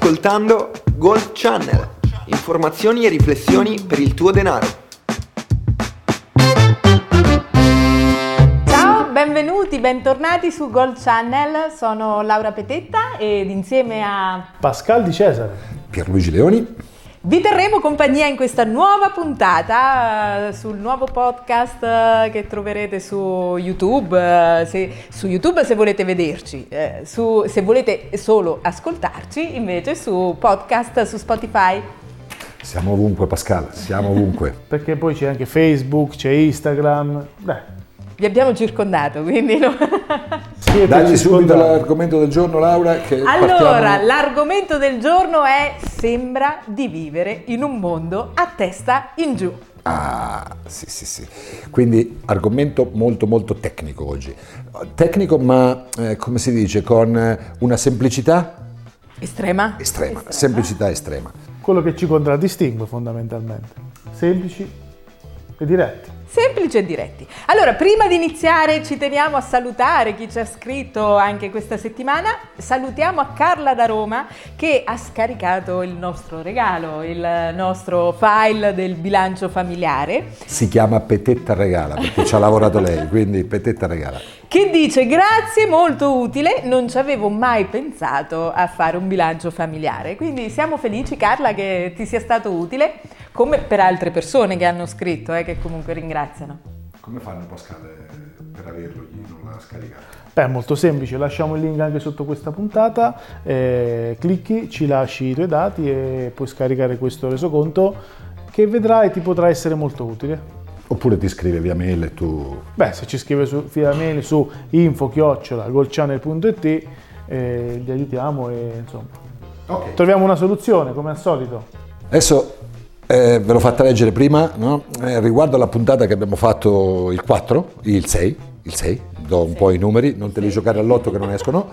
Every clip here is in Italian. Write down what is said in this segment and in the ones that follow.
ascoltando Gold Channel, informazioni e riflessioni per il tuo denaro. Ciao, benvenuti, bentornati su Gold Channel, sono Laura Petetta ed insieme a Pascal Di Cesare, Pierluigi Leoni. vi terremo compagnia in questa nuova puntata sul nuovo podcast che troverete su YouTube. Su YouTube se volete vederci, se volete solo ascoltarci, invece su podcast su Spotify. Siamo ovunque, Pascal, siamo ovunque. perché poi c'è anche Facebook, c'è Instagram. Vi abbiamo circondato, quindi Dagli subito l'argomento del giorno, Laura. Che allora, l'argomento del giorno è: sembra di vivere in un mondo a testa in giù. Ah, sì. Quindi argomento molto molto tecnico oggi. Tecnico, ma come si dice, con una semplicità Estrema? estrema. Semplicità estrema. Quello che ci contraddistingue fondamentalmente. Semplici e diretti. Semplici e diretti. Allora, prima di iniziare ci teniamo a salutare chi ci ha scritto anche questa settimana. Salutiamo a Carla da Roma che ha scaricato il nostro regalo, il nostro file del bilancio familiare. Si chiama Petetta Regala, perché ci ha lavorato lei, quindi Petetta Regala. Che dice: grazie, molto utile, non ci avevo mai pensato a fare un bilancio familiare. Quindi siamo felici, Carla, che ti sia stato utile, come per altre persone che hanno scritto, che comunque ringraziano. Come fanno, Pascal, per averlo? Chi non l'ha scaricato? È molto semplice, lasciamo il link anche sotto questa puntata, clicchi, ci lasci i tuoi dati e puoi scaricare questo resoconto che vedrai ti potrà essere molto utile. Oppure ti scrive via mail e tu... Se ci scrive via mail su info@goldchannel.it gli aiutiamo e insomma troviamo una soluzione come al solito. Adesso ve l'ho fatta leggere prima, no? Riguardo alla puntata che abbiamo fatto il 4, il 6, do un po' i numeri, non te li giocare all'otto che non escono.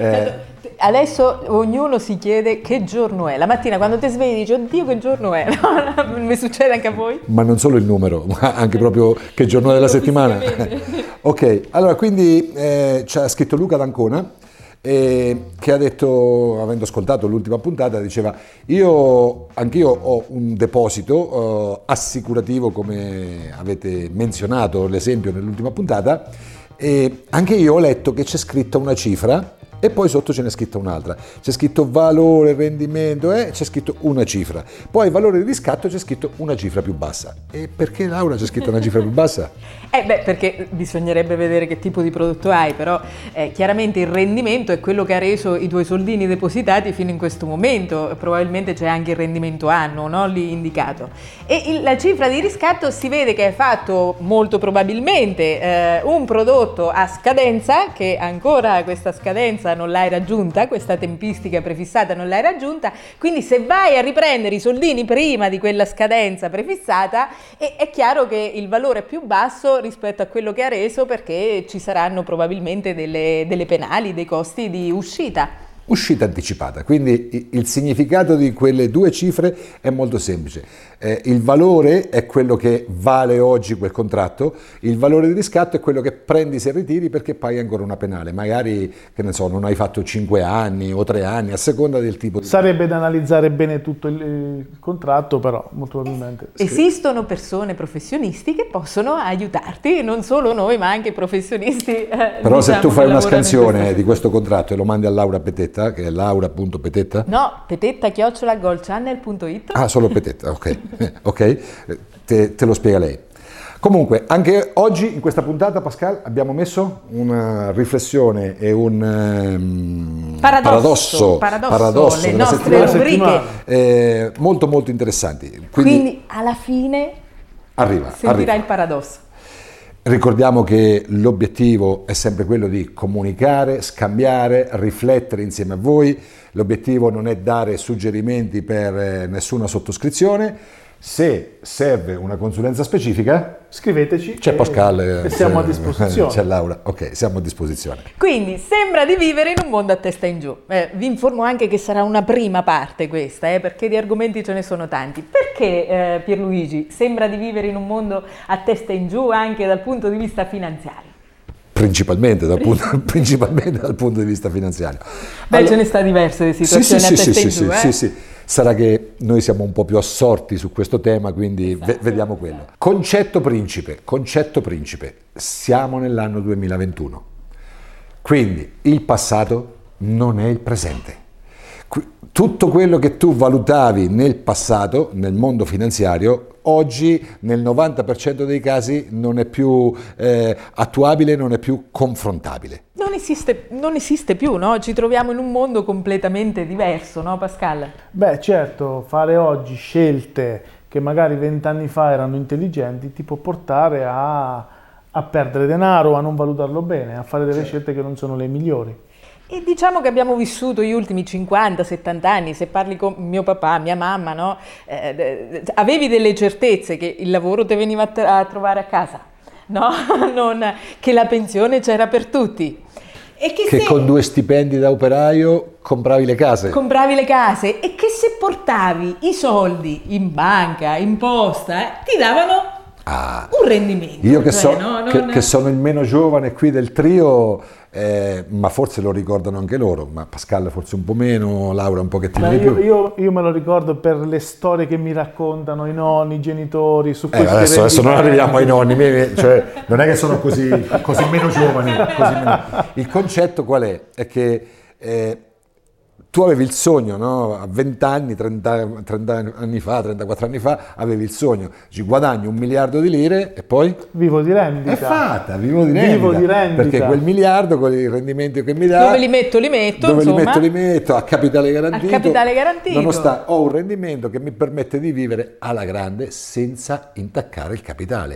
Adesso ognuno si chiede che giorno è. La mattina quando ti svegli dici: oddio, che giorno è? Mi succede anche a voi? Ma non solo il numero, ma anche proprio che giorno è della settimana. Ok, allora quindi ci ha scritto Luca d'Ancona, che ha detto, avendo ascoltato l'ultima puntata, diceva: anch'io ho un deposito assicurativo, come avete menzionato l'esempio nell'ultima puntata, e anche io ho letto che c'è scritta una cifra e poi sotto ce n'è scritta un'altra, c'è scritto valore, rendimento, c'è scritto una cifra, poi valore di riscatto c'è scritto una cifra più bassa. E perché, Laura, c'è scritto una cifra più bassa? Perché bisognerebbe vedere che tipo di prodotto hai, però chiaramente il rendimento è quello che ha reso i tuoi soldini depositati fino in questo momento, probabilmente c'è anche il rendimento annuo, no? Lì indicato. E la cifra di riscatto si vede che hai fatto molto probabilmente un prodotto a scadenza, che ancora questa scadenza non l'hai raggiunta, questa tempistica prefissata non l'hai raggiunta, quindi se vai a riprendere i soldini prima di quella scadenza prefissata è chiaro che il valore è più basso rispetto a quello che ha reso, perché ci saranno probabilmente delle penali, dei costi di uscita. Uscita anticipata, quindi il significato di quelle due cifre è molto semplice. Il valore è quello che vale oggi quel contratto, il valore di riscatto è quello che prendi se ritiri, perché paghi ancora una penale, magari, che ne so, non hai fatto 5 anni o 3 anni, a seconda del tipo di... Sarebbe da analizzare bene tutto il contratto, però molto probabilmente... Esistono persone professionisti che possono aiutarti, non solo noi ma anche professionisti. Però se tu fai una scansione di questo contratto e lo mandi a Laura Petetta, che è laura.petetta? No, petetta@goldchannel.it. Ah, solo Petetta, ok. Ok, te lo spiega lei. Comunque, anche oggi in questa puntata, Pascal, abbiamo messo una riflessione e un paradosso le nostre rubriche molto molto interessanti. Quindi alla fine sentirà il paradosso. Ricordiamo che l'obiettivo è sempre quello di comunicare, scambiare, riflettere insieme a voi. L'obiettivo non è dare suggerimenti per nessuna sottoscrizione. Se serve una consulenza specifica, scriveteci. C'è Pascal. E siamo a disposizione. C'è Laura. Ok, siamo a disposizione. Quindi sembra di vivere in un mondo a testa in giù. Vi informo anche che sarà una prima parte questa, perché di argomenti ce ne sono tanti. Perché, Pierluigi, sembra di vivere in un mondo a testa in giù anche dal punto di vista finanziario? principalmente dal punto di vista finanziario. Beh, allora, ce ne sta diverse le situazioni a testa in giù, sì. Sarà che noi siamo un po' più assorti su questo tema, quindi vediamo quello. Concetto principe, siamo nell'anno 2021, quindi il passato non è il presente. Tutto quello che tu valutavi nel passato, nel mondo finanziario, oggi nel 90% dei casi non è più attuabile, non è più confrontabile. Non esiste più, no? Ci troviamo in un mondo completamente diverso, no Pascal? Beh, certo, fare oggi scelte che magari 20 anni fa erano intelligenti ti può portare a perdere denaro, a non valutarlo bene, a fare delle scelte che non sono le migliori. E diciamo che abbiamo vissuto gli ultimi 50-70 anni, se parli con mio papà, mia mamma, no? Avevi delle certezze che il lavoro ti veniva a trovare a casa, no? Che la pensione c'era per tutti. E che con 2 stipendi da operaio compravi le case. E che se portavi i soldi in banca, in posta, ti davano un rendimento. Io che sono il meno giovane qui del trio, ma forse lo ricordano anche loro, ma Pascal forse un po' meno, Laura un pochettino di più. Io me lo ricordo per le storie che mi raccontano i nonni, i genitori su queste adesso non arriviamo ai nonni, cioè, non è che sono così meno giovani. Il concetto qual è? È che tu avevi il sogno, no? A 20 anni, 30 anni fa, 34 anni fa, avevi il sogno, ci guadagni 1 miliardo di lire e poi? Vivo di rendita. È fatta, vivo di rendita. Perché quel miliardo, con i rendimenti che mi dà... Dove li metto? Li metto, a capitale garantito. Nonostante ho un rendimento che mi permette di vivere alla grande senza intaccare il capitale.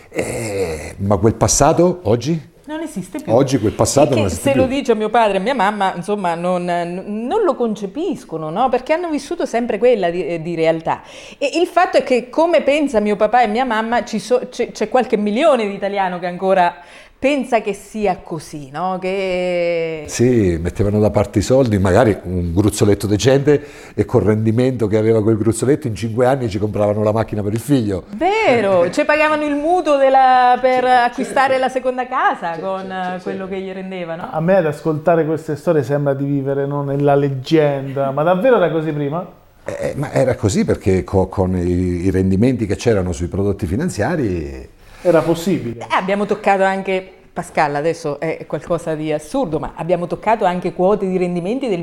Ma quel passato oggi? Non esiste più. Oggi quel passato non esiste più. Se più. lo dice a mio padre e mia mamma, insomma, non lo concepiscono, no? Perché hanno vissuto sempre quella di realtà. E il fatto è che, come pensa mio papà e mia mamma, c'è qualche milione di italiano che ancora pensa che sia così, no? Che... Sì, mettevano da parte i soldi, magari un gruzzoletto decente, e col rendimento che aveva quel gruzzoletto in 5 anni ci compravano la macchina per il figlio. Vero, ci pagavano il mutuo per acquistare la seconda casa con quello che gli rendevano. A me ad ascoltare queste storie sembra di vivere nella leggenda, ma davvero era così prima? Ma era così perché con i rendimenti che c'erano sui prodotti finanziari... Era possibile. Abbiamo toccato anche, Pascal, adesso è qualcosa di assurdo, ma abbiamo toccato anche quote di rendimenti del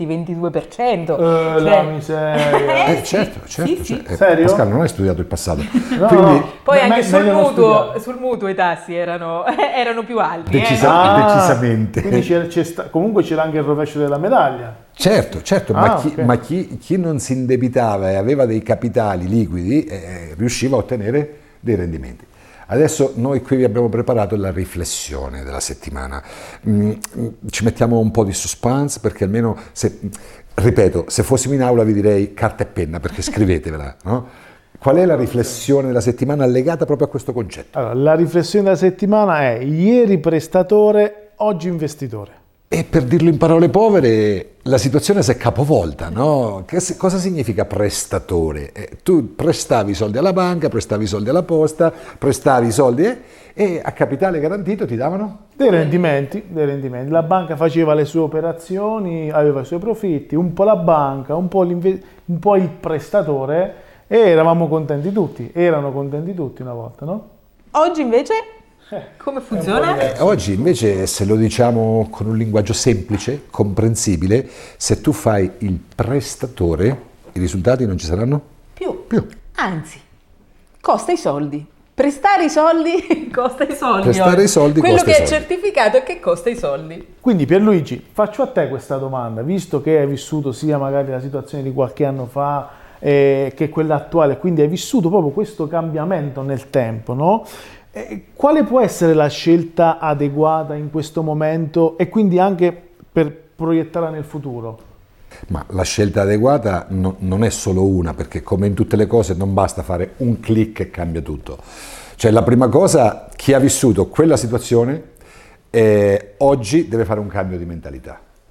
20-22%. La miseria. Certo. Sì. Serio? Pascal, non hai studiato il passato. No. Poi anche sul mutuo i tassi erano più alti. Decisamente. Quindi comunque c'era anche il rovescio della medaglia. Certo, ma chi non si indebitava e aveva dei capitali liquidi riusciva a ottenere dei rendimenti. Adesso noi qui vi abbiamo preparato la riflessione della settimana. Ci mettiamo un po' di suspense perché almeno, se fossimo in aula vi direi carta e penna perché scrivetevela, no? Qual è la riflessione della settimana legata proprio a questo concetto? Allora, la riflessione della settimana è: ieri prestatore, oggi investitore. E per dirlo in parole povere, la situazione si è capovolta, no? Cosa significa prestatore? Tu prestavi i soldi alla banca, prestavi i soldi alla posta, prestavi i soldi e a capitale garantito ti davano? Dei rendimenti. La banca faceva le sue operazioni, aveva i suoi profitti, un po' la banca, un po' il prestatore, e eravamo contenti tutti, erano contenti tutti una volta, no? Oggi invece? Come funziona? Oggi invece, se lo diciamo con un linguaggio semplice, comprensibile, se tu fai il prestatore, i risultati non ci saranno? Più. Anzi, costa i soldi. Prestare i soldi costa i soldi. Quello che è certificato è che costa i soldi. Quindi Pierluigi, faccio a te questa domanda, visto che hai vissuto sia magari la situazione di qualche anno fa che quella attuale, quindi hai vissuto proprio questo cambiamento nel tempo, no? Quale può essere la scelta adeguata in questo momento e quindi anche per proiettarla nel futuro? Ma la scelta adeguata non è solo una, perché come in tutte le cose non basta fare un click e cambia tutto. Cioè, la prima cosa, chi ha vissuto quella situazione oggi deve fare un cambio di mentalità.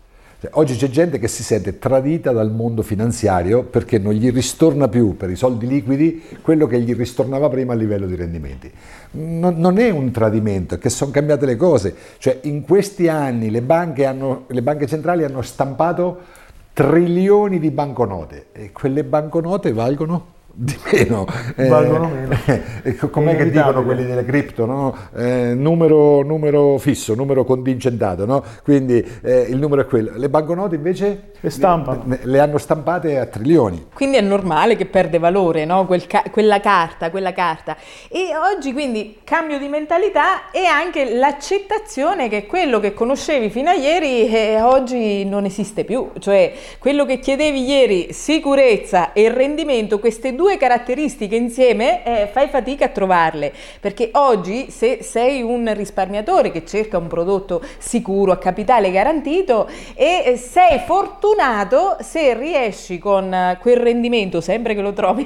Cioè, oggi c'è gente che si sente tradita dal mondo finanziario perché non gli ristorna più per i soldi liquidi quello che gli ristornava prima a livello di rendimenti. Non è un tradimento, è che sono cambiate le cose. Cioè, in questi anni le banche centrali hanno stampato trilioni di banconote e quelle banconote valgono di meno. Valgono meno. Com'è che dicono quelli delle cripto, no? Numero fisso, numero contingentato, no? Quindi il numero è quello. Le banconote invece le hanno stampate a trilioni. Quindi è normale che perde valore, no? Quella carta. E oggi quindi cambio di mentalità e anche l'accettazione che quello che conoscevi fino a ieri oggi non esiste più. Cioè quello che chiedevi ieri, sicurezza e rendimento, queste due caratteristiche insieme fai fatica a trovarle, perché oggi se sei un risparmiatore che cerca un prodotto sicuro a capitale garantito e sei fortunato se riesci con quel rendimento, sempre che lo trovi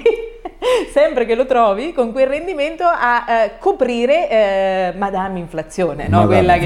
con quel rendimento a coprire Madame Inflazione, no? Quella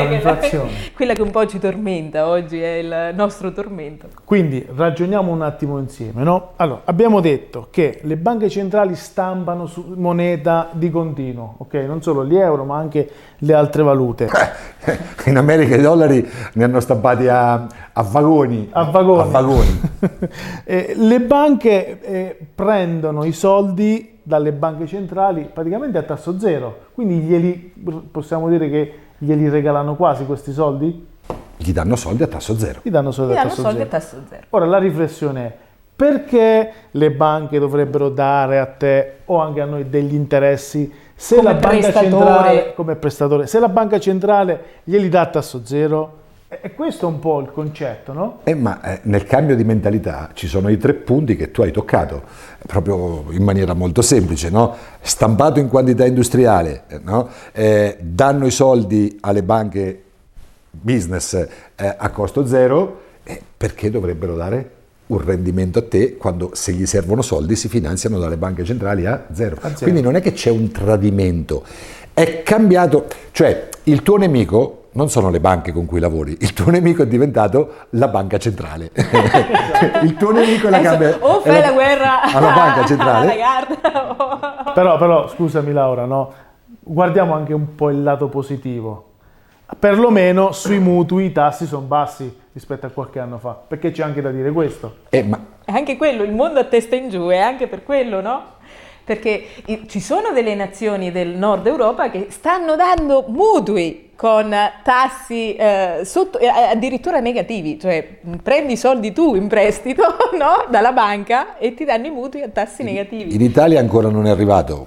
che un po' ci tormenta oggi, è il nostro tormento. Quindi ragioniamo un attimo insieme, no? Allora, abbiamo detto che le banche centrali stampano moneta di continuo, ok? Non solo gli euro, ma anche le altre valute. In America i dollari ne hanno stampati a vagoni. A vagoni. Le banche prendono i soldi dalle banche centrali praticamente a tasso zero, quindi possiamo dire che glieli regalano quasi questi soldi? Gli danno soldi a tasso zero. Gli danno soldi a tasso zero. Ora la riflessione è: perché le banche dovrebbero dare a te o anche a noi degli interessi se come la banca centrale, come prestatore, se la banca centrale glieli dà a tasso zero? E questo è un po' il concetto, no? Ma nel cambio di mentalità ci sono i 3 punti che tu hai toccato, proprio in maniera molto semplice, no? Stampato in quantità industriale, no? Danno i soldi alle banche business a costo zero, perché dovrebbero dare un rendimento a te quando, se gli servono soldi, si finanziano dalle banche centrali a zero. Quindi non è che c'è un tradimento, è cambiato, cioè il tuo nemico non sono le banche con cui lavori, il tuo nemico è diventato la banca centrale. Il tuo nemico è la la guerra alla banca centrale. Però scusami Laura, no? Guardiamo anche un po' il lato positivo. Perlomeno sui mutui i tassi sono bassi rispetto a qualche anno fa, perché c'è anche da dire questo. Ma è anche quello, il mondo a testa in giù, è anche per quello, no? Perché ci sono delle nazioni del nord Europa che stanno dando mutui con tassi addirittura negativi, cioè prendi i soldi tu in prestito, no? Dalla banca e ti danno i mutui a tassi negativi. In Italia ancora non è arrivato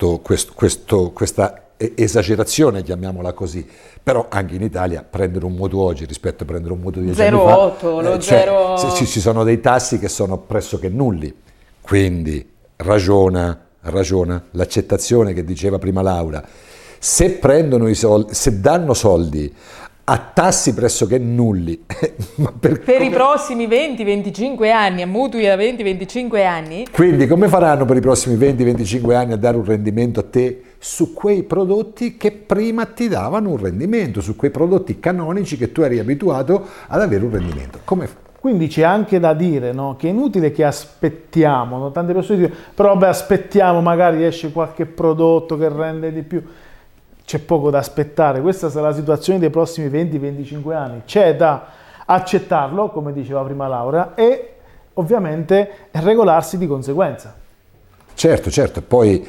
questa esagerazione, chiamiamola così, però anche in Italia prendere un mutuo oggi rispetto a prendere un mutuo 10 anni fa, 0,8, ci sono dei tassi che sono pressoché nulli, quindi ragiona l'accettazione che diceva prima Laura. Se prendono i soldi, se danno soldi a tassi pressoché nulli ma per i prossimi 20-25 anni, a mutui a 20-25 anni, quindi come faranno per i prossimi 20-25 anni a dare un rendimento a te su quei prodotti che prima ti davano un rendimento, su quei prodotti canonici che tu eri abituato ad avere un rendimento? Quindi c'è anche da dire, no? Che è inutile che aspettiamo, no? Tante persone dicono, però vabbè, aspettiamo, magari esce qualche prodotto che rende di più. C'è poco da aspettare, questa sarà la situazione dei prossimi 20-25 anni, c'è da accettarlo, come diceva prima Laura, e ovviamente regolarsi di conseguenza. Certo, poi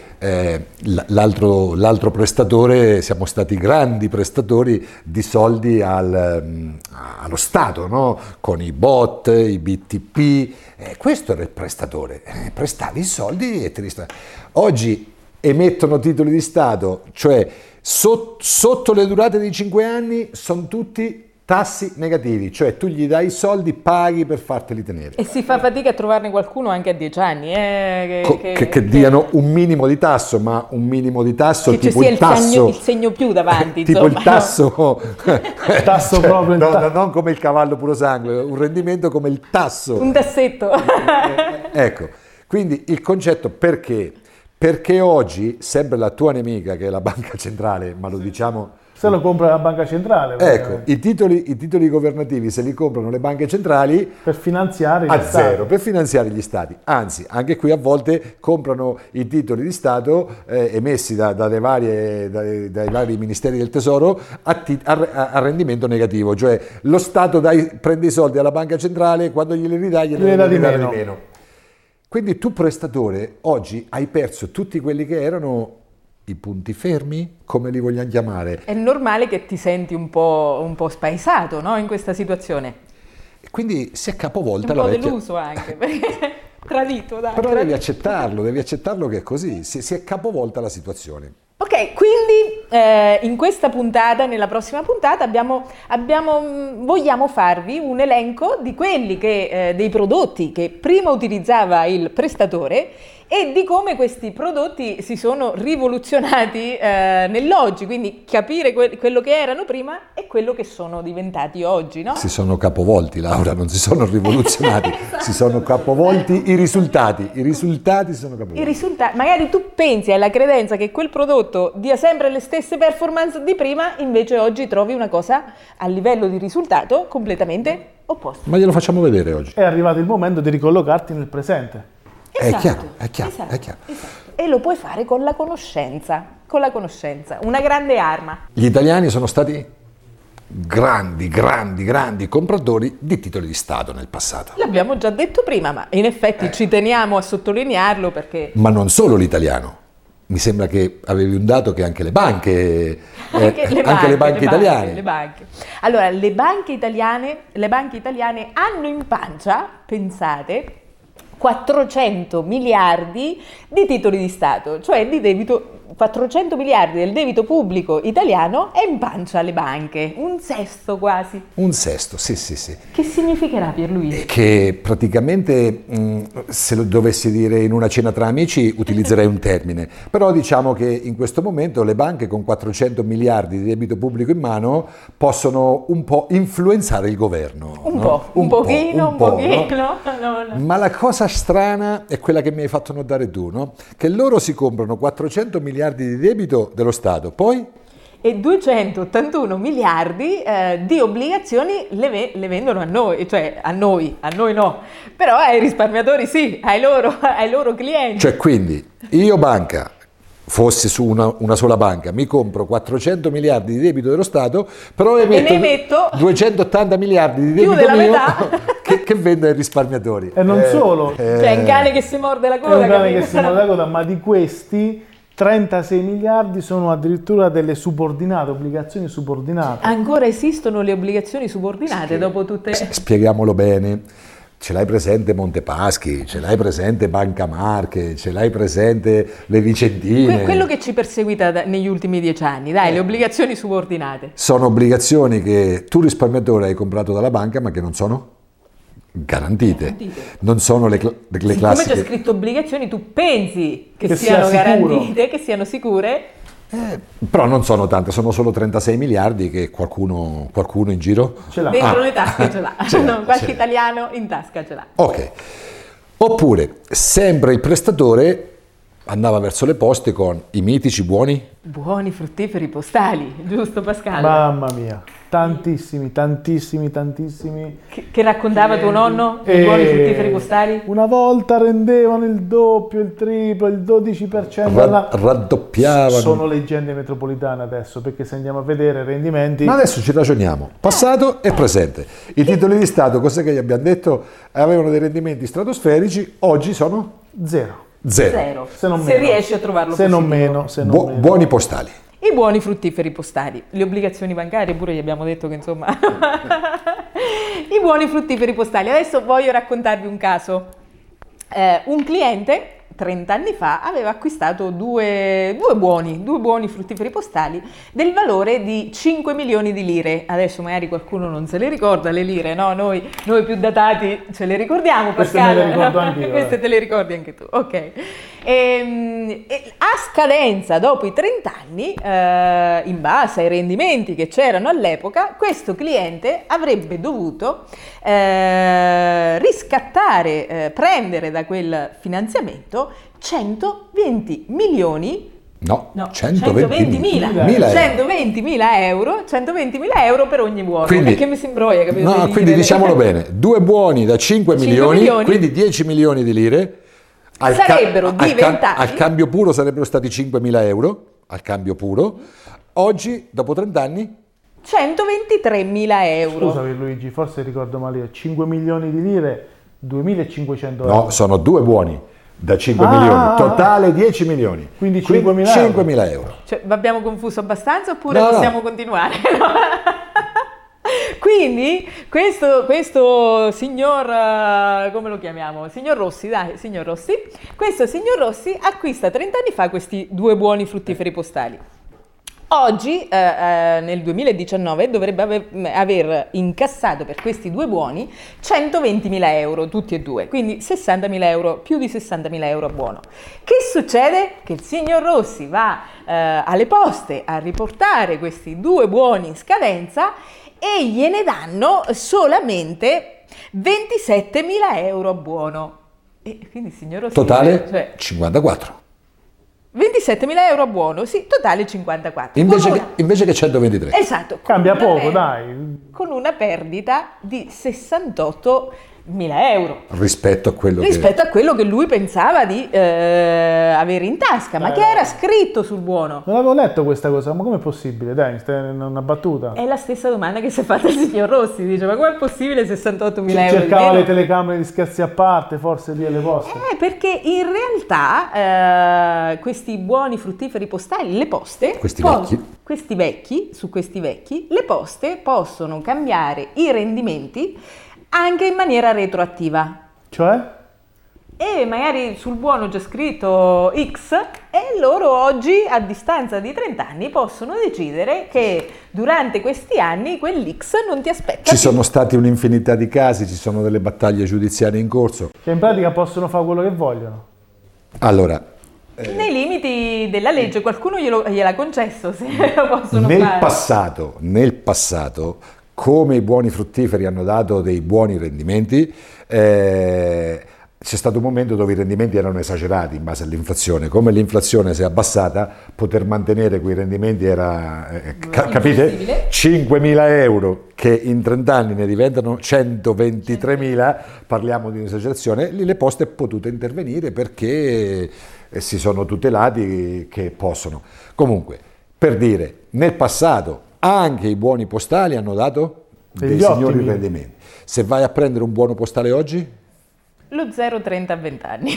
l'altro prestatore, siamo stati grandi prestatori di soldi allo Stato, no? Con i BOT, i BTP, questo era il prestatore, prestavi i soldi e te li stavi. Oggi emettono titoli di Stato, cioè sotto le durate di 5 anni sono tutti tassi negativi, cioè tu gli dai i soldi, paghi per farteli tenere. E si fa fatica a trovarne qualcuno anche a 10 anni. Che diano un minimo di tasso, ma un minimo di tasso che tipo ci sia il segno più davanti. Tipo insomma, il tasso, tasso proprio non come il cavallo puro sangue, un rendimento come il tasso. Un tassetto. Ecco, quindi il concetto perché? Perché oggi sempre la tua nemica, che è la banca centrale, ma lo diciamo Se lo compra la banca centrale. Ecco, i titoli governativi se li comprano le banche centrali Per finanziare a gli stati. zero, per finanziare gli stati. Anzi, anche qui a volte comprano i titoli di Stato emessi dai vari ministeri del tesoro a rendimento negativo, cioè lo Stato prende i soldi alla banca centrale, quando glieli ridà glieli dà di meno. Quindi tu prestatore oggi hai perso tutti quelli che erano i punti fermi, come li vogliamo chiamare. È normale che ti senti un po' spaesato, no? In questa situazione. Quindi si è capovolta Un la po' vecchia... deluso anche, perché tradito, dai. Però tradito. devi accettarlo che è così, si è capovolta la situazione. Ok, quindi in questa puntata, nella prossima puntata, vogliamo farvi un elenco di quelli dei prodotti che prima utilizzava il prestatore e di come questi prodotti si sono rivoluzionati nell'oggi, quindi capire quello che erano prima e quello che sono diventati oggi, no? Si sono capovolti, Laura, non si sono rivoluzionati, si sono capovolti i risultati sono capovolti. Magari tu pensi alla credenza che quel prodotto dia sempre le stesse performance di prima, invece oggi trovi una cosa a livello di risultato completamente opposta. Ma glielo facciamo vedere oggi. È arrivato il momento di ricollocarti nel presente. Esatto, È chiaro. Esatto. E lo puoi fare con la conoscenza, una grande arma. Gli italiani sono stati grandi compratori di titoli di Stato nel passato. L'abbiamo già detto prima, ma in effetti ci teniamo a sottolinearlo perché... Ma non solo l'italiano. Mi sembra che avevi un dato che anche le banche, le banche italiane. Le banche. Allora, le banche italiane hanno in pancia, pensate, 400 miliardi di titoli di Stato, cioè di debito. 400 miliardi del debito pubblico italiano è in pancia alle banche, un sesto quasi. Un sesto, sì. Che significherà, Pierluigi? Che praticamente, se lo dovessi dire in una cena tra amici, utilizzerei un termine. Però diciamo che in questo momento le banche con 400 miliardi di debito pubblico in mano possono un po' influenzare il governo. Un pochino. No? Ma la cosa strana è quella che mi hai fatto notare tu, no? Che loro si comprano 400 miliardi di debito dello Stato, poi... E 281 miliardi di obbligazioni le vendono a noi, cioè a noi no, però ai risparmiatori sì, ai loro clienti. Cioè quindi io banca, fossi su una sola banca, mi compro 400 miliardi di debito dello Stato, però ne metto 280 miliardi di debito più della mio metà. che vendo ai risparmiatori. E non solo, Cioè un cane che si morde la è coda, un cane capito? che si morde la coda, ma di questi 36 miliardi sono addirittura delle subordinate, obbligazioni subordinate. Ancora esistono le obbligazioni subordinate dopo tutte... Spieghiamolo bene. Ce l'hai presente Montepaschi, ce l'hai presente Banca Marche, ce l'hai presente le Vicentine. Quello che ci perseguita negli ultimi 10 anni, dai, le obbligazioni subordinate. Sono obbligazioni che tu risparmiatore hai comprato dalla banca ma che non sono garantite. Non sono le Siccome classiche. c'è scritto obbligazioni, tu pensi che sia siano sicuro. garantite, che siano sicure. Però non sono tante, sono solo 36 miliardi che qualcuno in giro Ce l'ha. Dentro le tasche ce l'ha. Ce l'ha, Qualche ce l'ha. italiano in tasca ce l'ha. Ok. Oppure sempre il prestatore andava verso le poste con i mitici buoni. Buoni fruttiferi postali, giusto Pascal? Mamma mia, tantissimi. Che raccontava tuo nonno i buoni fruttiferi postali? Una volta rendevano il doppio, il triplo, il 12%. Raddoppiavano. Sono leggende metropolitane adesso, perché se andiamo a vedere rendimenti... Ma adesso ci ragioniamo, passato e presente. I titoli di Stato, cos'è che gli abbiamo detto? Avevano dei rendimenti stratosferici, oggi sono Zero. zero. Se non Se meno. riesci a trovarlo Se non positivo. meno, se non meno. Buoni postali. I buoni fruttiferi postali, le obbligazioni bancarie pure gli abbiamo detto che insomma... I buoni fruttiferi postali. Adesso voglio raccontarvi un caso. Un cliente 30 anni fa aveva acquistato due buoni fruttiferi postali del valore di 5 milioni di lire. Adesso magari qualcuno non se le ricorda le lire, no? Noi più datati ce le ricordiamo, Queste Pascal. me le ricordo anch'io, Queste te le ricordi anche tu, ok. E a scadenza, dopo i 30 anni, in base ai rendimenti che c'erano all'epoca, questo cliente avrebbe dovuto riscattare, prendere da quel finanziamento 120 milioni No, No, 120.000 euro. 120.000 euro per ogni buono. Quindi, perché mi si imbroia, capito? No, quindi diciamolo bene, 2 buoni da 5 milioni, quindi 10 milioni di lire. Sarebbero diventati... Al cambio puro sarebbero stati 5.000 euro, al cambio puro. Oggi, dopo 30 anni... 123.000 euro. Scusami Luigi, forse ricordo male io, 5 milioni di lire, 2.500 euro. No, sono 2 buoni da 5 milioni, totale 10 milioni. Quindi 5.000 euro. Cioè, vi abbiamo confuso abbastanza oppure No. possiamo continuare? Quindi questo signor, come lo chiamiamo? Signor Rossi, dai, signor Rossi. Questo signor Rossi acquista 30 anni fa questi 2 buoni fruttiferi postali. Oggi, nel 2019, dovrebbe aver incassato per questi 2 buoni 120.000 euro, tutti e 2, quindi 60.000 euro, più di 60.000 euro a buono. Che succede? Che il signor Rossi va alle poste a riportare questi 2 buoni in scadenza e gliene danno solamente 27.000 euro a buono. E quindi il signor Rossi... Totale 54. 27.000 euro a buono, sì, totale 54. Invece che 123. Esatto. Cambia poco, dai. Con una perdita di 68.000 euro. Rispetto a quello a quello che lui pensava di avere in tasca, ma che era scritto sul buono. Non avevo letto questa cosa, ma com'è possibile? Dai, stai in una battuta. È la stessa domanda che si è fatta il signor Rossi, dice, ma com'è possibile 68.000 euro? Cercava le telecamere di scherzi a parte, forse lì alle poste. Perché in realtà questi buoni fruttiferi postali, le poste, questi vecchi, le poste possono cambiare i rendimenti anche in maniera retroattiva. Cioè? E magari sul buono c'è scritto X e loro oggi, a distanza di 30 anni, possono decidere che durante questi anni quell'X non ti aspetta Ci sono stati un'infinità di casi, ci sono delle battaglie giudiziarie in corso. Cioè in pratica possono fare quello che vogliono. Allora... nei limiti della legge, qualcuno gliel'ha concesso, se lo possono fare. Nel passato, come i buoni fruttiferi hanno dato dei buoni rendimenti, c'è stato un momento dove i rendimenti erano esagerati in base all'inflazione. Come l'inflazione si è abbassata, poter mantenere quei rendimenti era, capite? 5.000 euro che in 30 anni ne diventano 123.000, parliamo di un'esagerazione, lì le poste hanno potuto intervenire perché si sono tutelati che possono. Comunque, per dire, nel passato anche i buoni postali hanno dato dei signori rendimenti. Se vai a prendere un buono postale oggi? Lo 0,30 a 20 anni.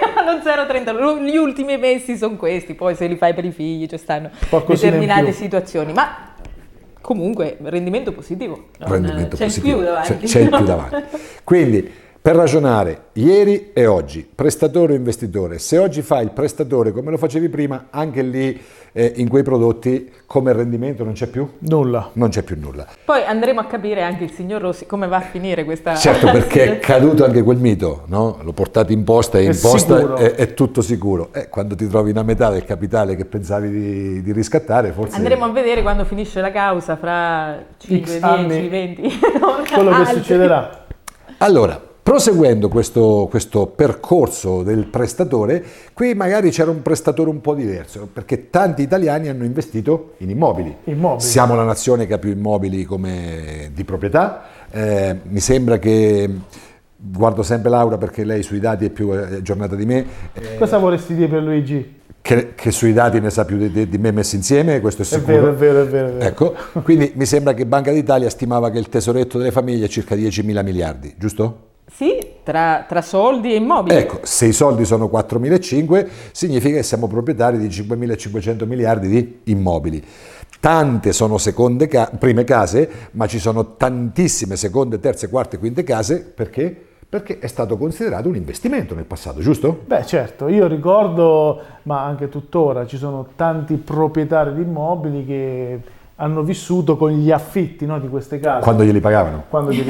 Lo 0,30, gli ultimi mesi sono questi, poi se li fai per i figli ci stanno determinate situazioni, ma comunque rendimento positivo. C'è il più davanti. C'è il più davanti. Quindi, per ragionare ieri e oggi, prestatore o investitore, se oggi fai il prestatore come lo facevi prima, anche lì in quei prodotti come il rendimento non c'è più? Nulla. Non c'è più nulla. Poi andremo a capire anche il signor Rossi come va a finire questa... Certo, perché è caduto anche quel mito, no? Lo portate in posta e in posta è tutto sicuro. Quando ti trovi una metà del capitale che pensavi di riscattare, forse... Andremo a vedere quando finisce la causa, fra 5, 10, 20... quello che succederà. Allora, proseguendo questo percorso del prestatore, qui magari c'era un prestatore un po' diverso, perché tanti italiani hanno investito in immobili. Siamo la nazione che ha più immobili come di proprietà. Mi sembra che, guardo sempre Laura perché lei sui dati è più aggiornata di me. Cosa vorresti dire per Luigi? Che sui dati ne sa più di me messi insieme, questo è sicuro. È vero. Ecco, quindi mi sembra che Banca d'Italia stimava che il tesoretto delle famiglie è circa 10.000 miliardi, giusto? Sì, tra soldi e immobili. Ecco, se i soldi sono 4.500, significa che siamo proprietari di 5.500 miliardi di immobili. Tante sono prime case, ma ci sono tantissime seconde, terze, quarte, quinte case, perché? Perché è stato considerato un investimento nel passato, giusto? Beh certo, io ricordo, ma anche tuttora, ci sono tanti proprietari di immobili che hanno vissuto con gli affitti, no, di queste case. Quando glieli pagavano.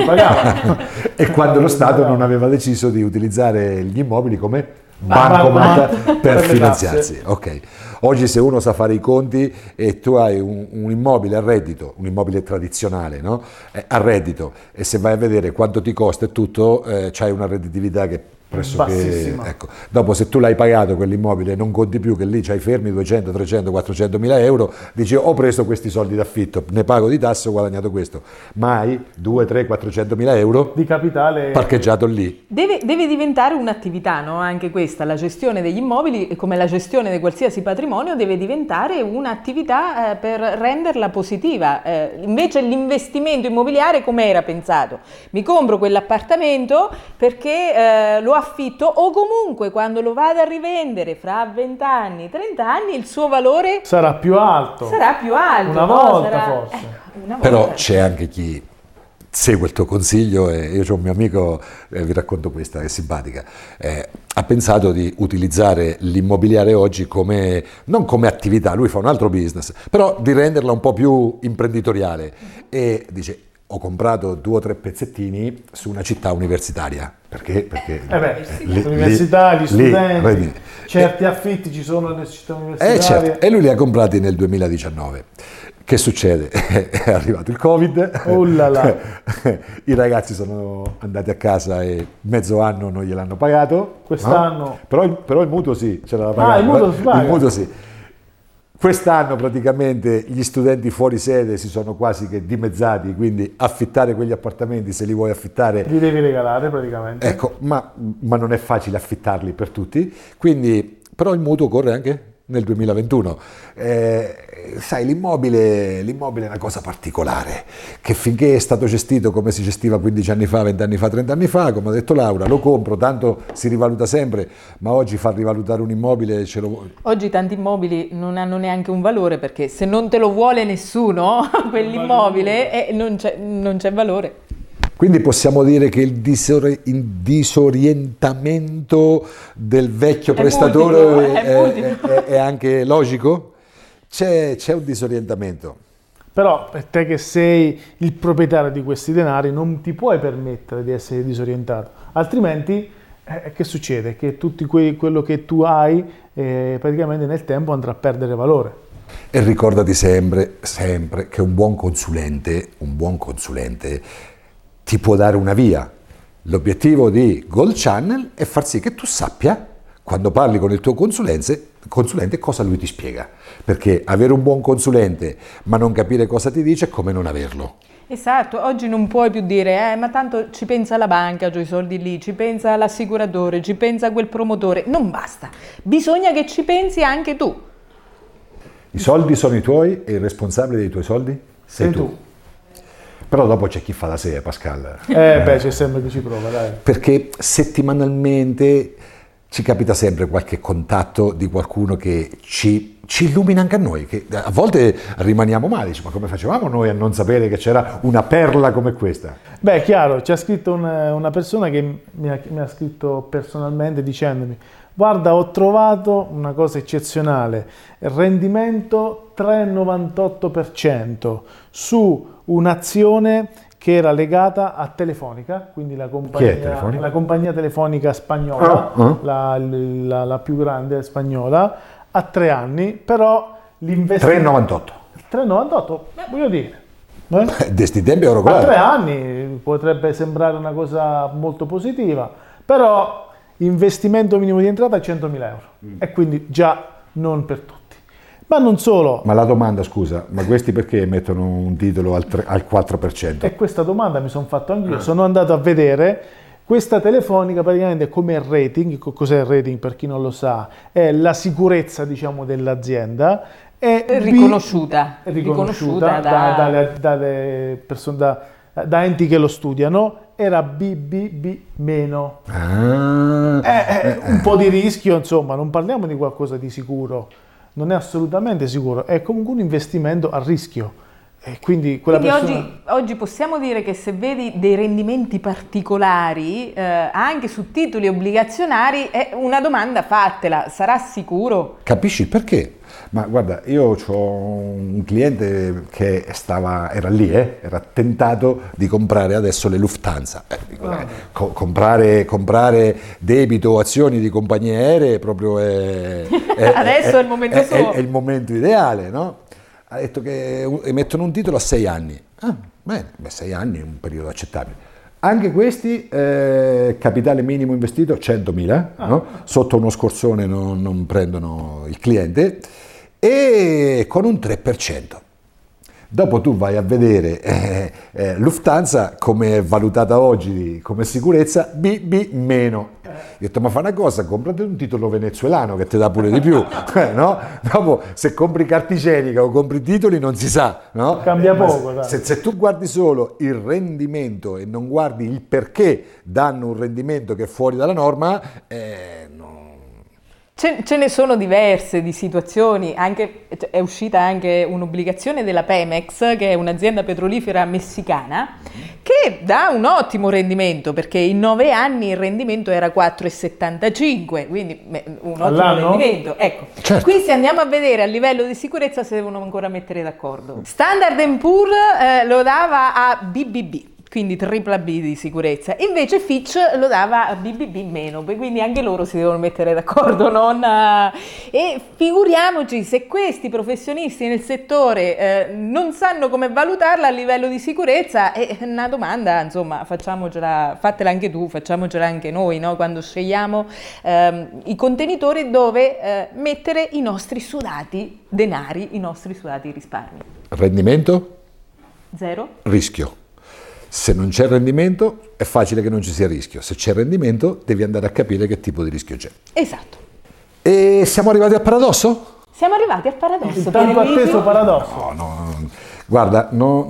E quando lo Stato non aveva deciso di utilizzare gli immobili come bancomat per finanziarsi. Ok. Oggi se uno sa fare i conti e tu hai un immobile a reddito, un immobile tradizionale, no? A reddito, e se vai a vedere quanto ti costa e tutto, c'hai una redditività che bassissima. Ecco. Dopo, se tu l'hai pagato quell'immobile, non conti più che lì c'hai fermi 200, 300, 400 mila euro, dici ho preso questi soldi d'affitto, ne pago di tasse, ho guadagnato questo. Mai 2, 3, 400 mila euro Di capitale parcheggiato lì. Deve diventare un'attività, no? Anche questa, la gestione degli immobili, come la gestione di qualsiasi patrimonio, deve diventare un'attività per renderla positiva. Invece l'investimento immobiliare come era pensato? Mi compro quell'appartamento perché lo affitto, o comunque quando lo vado a rivendere fra 20 anni, 30 anni, il suo valore sarà più alto. sarà più alto. Una no? volta forse. Una volta. Però c'è anche chi segue il tuo consiglio, e io ho un mio amico, vi racconto questa che è simpatica, ha pensato di utilizzare l'immobiliare oggi come, non come attività, lui fa un altro business, però di renderla un po' più imprenditoriale, e dice ho comprato 2 o 3 pezzettini su una città universitaria, perché l'università, gli studenti, vedi. certi affitti ci sono nelle città universitarie. Certo. E lui li ha comprati nel 2019. Che succede? È arrivato il Covid, Oh là là. I ragazzi sono andati a casa e mezzo anno non gliel'hanno pagato. Quest'anno? No? Però il mutuo sì, ce l'aveva pagato. Il mutuo si paga? Il mutuo sì. Quest'anno praticamente gli studenti fuori sede si sono quasi che dimezzati, quindi affittare quegli appartamenti, se li vuoi affittare, Li devi regalare praticamente. ecco, ma non è facile affittarli per tutti, quindi, però il mutuo corre anche nel 2021. Sai, l'immobile è una cosa particolare, che finché è stato gestito come si gestiva 15 anni fa, 20 anni fa, 30 anni fa, come ha detto Laura, lo compro, tanto si rivaluta sempre, ma oggi far rivalutare un immobile Oggi tanti immobili non hanno neanche un valore, perché se non te lo vuole nessuno, quell'immobile, non c'è valore. Quindi possiamo dire che il disorientamento del vecchio prestatore è anche logico? C'è un disorientamento. Però per te che sei il proprietario di questi denari non ti puoi permettere di essere disorientato, altrimenti che succede? Che tutto quello che tu hai praticamente nel tempo andrà a perdere valore. E ricordati sempre che un buon consulente ti può dare una via. L'obiettivo di Gold Channel è far sì che tu sappia, quando parli con il tuo consulente, cosa lui ti spiega. Perché avere un buon consulente ma non capire cosa ti dice è come non averlo. Esatto, oggi non puoi più dire ma tanto ci pensa la banca, i soldi lì, ci pensa l'assicuratore, ci pensa quel promotore. Non basta, bisogna che ci pensi anche tu. I soldi sono i tuoi e il responsabile dei tuoi soldi sei tu. Però dopo c'è chi fa da sé, Pascal. C'è sempre chi ci prova, dai. Perché settimanalmente ci capita sempre qualche contatto di qualcuno che ci illumina anche a noi, che a volte rimaniamo male, dici, ma come facevamo noi a non sapere che c'era una perla come questa? Beh, chiaro, ci ha scritto una persona che mi ha scritto personalmente dicendomi: guarda, ho trovato una cosa eccezionale, rendimento 3,98% su un'azione che era legata a Telefonica, quindi la compagnia telefonica spagnola, la più grande spagnola, a 3 anni, però l'investimento... 3,98, voglio dire. Desti tempi ero a 3 anni potrebbe sembrare una cosa molto positiva, però investimento minimo di entrata è 100.000 euro e quindi già non per tutti. Ma non solo. Ma la domanda, scusa, ma questi perché mettono un titolo al 4%? E questa domanda mi sono fatto anch'io. Sono andato a vedere questa Telefonica praticamente come rating. Cos'è il rating per chi non lo sa? È la sicurezza, diciamo, dell'azienda. È riconosciuta dalle persone, da enti che lo studiano. Era BBB meno. Un po' di rischio, insomma, non parliamo di qualcosa di sicuro. Non è assolutamente sicuro, è comunque un investimento a rischio. E quindi oggi possiamo dire che se vedi dei rendimenti particolari anche su titoli obbligazionari, è una domanda fatela, sarà sicuro? Capisci il perché? Ma guarda, io ho un cliente che era lì, era tentato di comprare adesso le Lufthansa. Comprare debito o azioni di compagnie aeree proprio adesso è il momento suo. È il momento ideale, no? Ha detto che emettono un titolo a 6 anni. Bene, 6 anni è un periodo accettabile. Anche questi, capitale minimo investito 100.000, no? Sotto uno scorsone non prendono il cliente, e con un 3%. Dopo tu vai a vedere Lufthansa come è valutata oggi come sicurezza, BB meno. Io ho detto, ma fa una cosa, comprate un titolo venezuelano che ti dà pure di più, no? Dopo, se compri carta igienica o compri titoli non si sa, no? Cambia poco. Se tu guardi solo il rendimento e non guardi il perché danno un rendimento che è fuori dalla norma, Ce ne sono diverse di situazioni, è uscita anche un'obbligazione della Pemex, che è un'azienda petrolifera messicana, che dà un ottimo rendimento, perché in 9 anni il rendimento era 4,75, quindi un ottimo all'anno? Rendimento. Ecco, certo. Qui se andiamo a vedere a livello di sicurezza si devono ancora mettere d'accordo. Standard & Poor's lo dava a BBB. Quindi tripla B di sicurezza, invece Fitch lo dava a BBB meno, quindi anche loro si devono mettere d'accordo, e figuriamoci se questi professionisti nel settore non sanno come valutarla a livello di sicurezza. È una domanda, insomma, fatela anche tu, facciamocela anche noi, no? Quando scegliamo i contenitori dove mettere i nostri sudati denari, i nostri sudati risparmi. Rendimento? 0. Rischio. Se non c'è rendimento è facile che non ci sia rischio, se c'è rendimento devi andare a capire che tipo di rischio c'è. Esatto. E siamo arrivati al paradosso? Siamo arrivati al paradosso. Il tanto atteso paradosso. No. Guarda,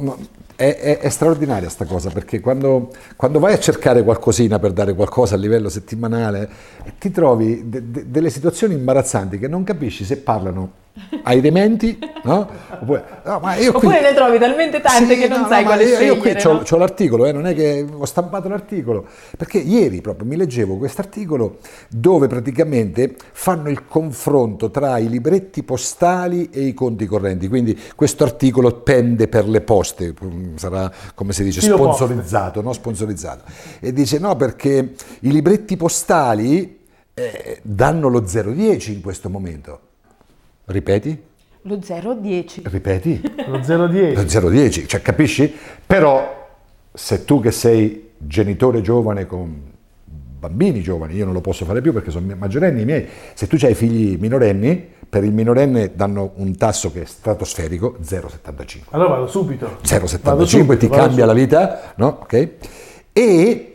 è straordinaria sta cosa, perché quando vai a cercare qualcosina per dare qualcosa a livello settimanale, ti trovi delle situazioni imbarazzanti che non capisci se parlano ai dementi, no? Oppure ne trovi talmente tante che non sai quale scegliere. Io qui no? c'ho l'articolo, non è che ho stampato l'articolo, perché ieri proprio mi leggevo quest'articolo dove praticamente fanno il confronto tra i libretti postali e i conti correnti, quindi questo articolo pende per le poste, sarà come si dice sponsorizzato, no? Sponsorizzato, e dice no, perché i libretti postali danno lo 0,10 in questo momento. Ripeti? Lo 0,10. Ripeti? Lo 0,10. Lo 0,10, cioè capisci? Però se tu che sei genitore giovane con bambini giovani, io non lo posso fare più perché sono maggiorenni i miei, se tu hai figli minorenni, per il minorenne danno un tasso che è stratosferico, 0,75. Allora vado subito. 0,75 ti cambia la vita, no? Ok? E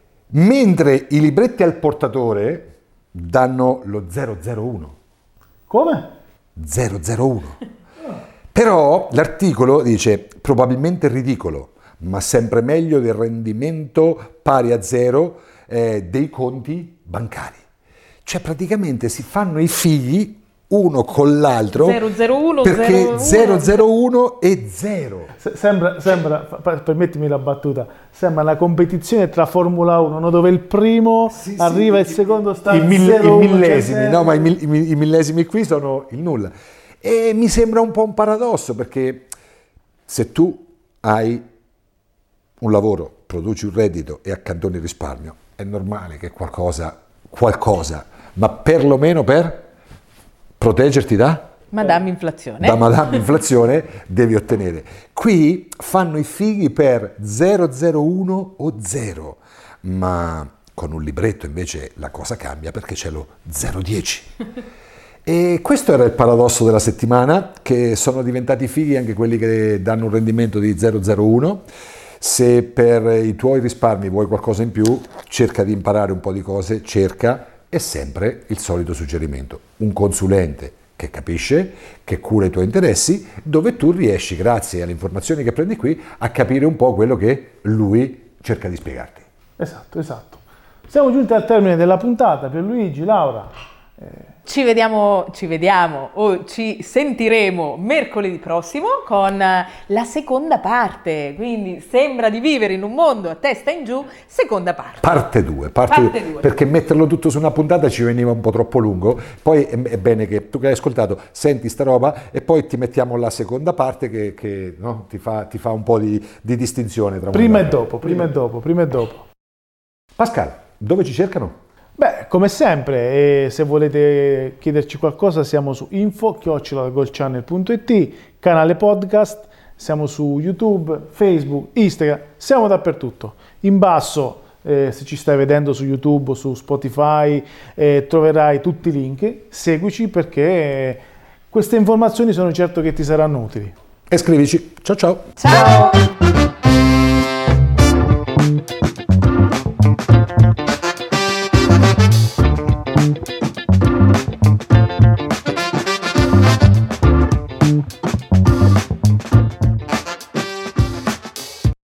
mentre i libretti al portatore danno lo 0,01. Come? 0,01. Però l'articolo dice probabilmente ridicolo, ma sempre meglio del rendimento pari a 0 dei conti bancari. Cioè praticamente si fanno i figli uno con l'altro 001 perché 001 e 0. Sembra, permettimi la battuta, sembra una competizione tra Formula 1, no? Dove il primo arriva e il secondo sta i millesimi, cioè, no, ma i millesimi qui sono il nulla. E mi sembra un po' un paradosso, perché se tu hai un lavoro, produci un reddito e accantoni il risparmio, è normale che qualcosa, ma perlomeno per proteggerti da Madame Inflazione. Da Madame Inflazione devi ottenere. Qui fanno i fighi per 001 o 0, ma con un libretto invece la cosa cambia perché c'è lo 010. E questo era il paradosso della settimana, che sono diventati fighi anche quelli che danno un rendimento di 001. Se per i tuoi risparmi vuoi qualcosa in più, cerca di imparare un po' di cose, è sempre il solito suggerimento. Un consulente che capisce, che cura i tuoi interessi, dove tu riesci, grazie alle informazioni che prendi qui, a capire un po' quello che lui cerca di spiegarti. Esatto. Siamo giunti al termine della puntata. Pierluigi, Laura. Ci vediamo o ci sentiremo mercoledì prossimo con la seconda parte, quindi sembra di vivere in un mondo a testa in giù, seconda parte. Parte 2, perché metterlo tutto su una puntata ci veniva un po' troppo lungo, poi è bene che tu che hai ascoltato senti sta roba e poi ti mettiamo la seconda parte che no, ti fa un po' di distinzione tra prima e dopo. Pascal, dove ci cercano? Beh, come sempre, se volete chiederci qualcosa siamo su info@golchannel.it, canale podcast, siamo su YouTube, Facebook, Instagram, siamo dappertutto. In basso, se ci stai vedendo su YouTube o su Spotify, troverai tutti i link, seguici perché queste informazioni sono certo che ti saranno utili. E scrivici. Ciao ciao! Ciao!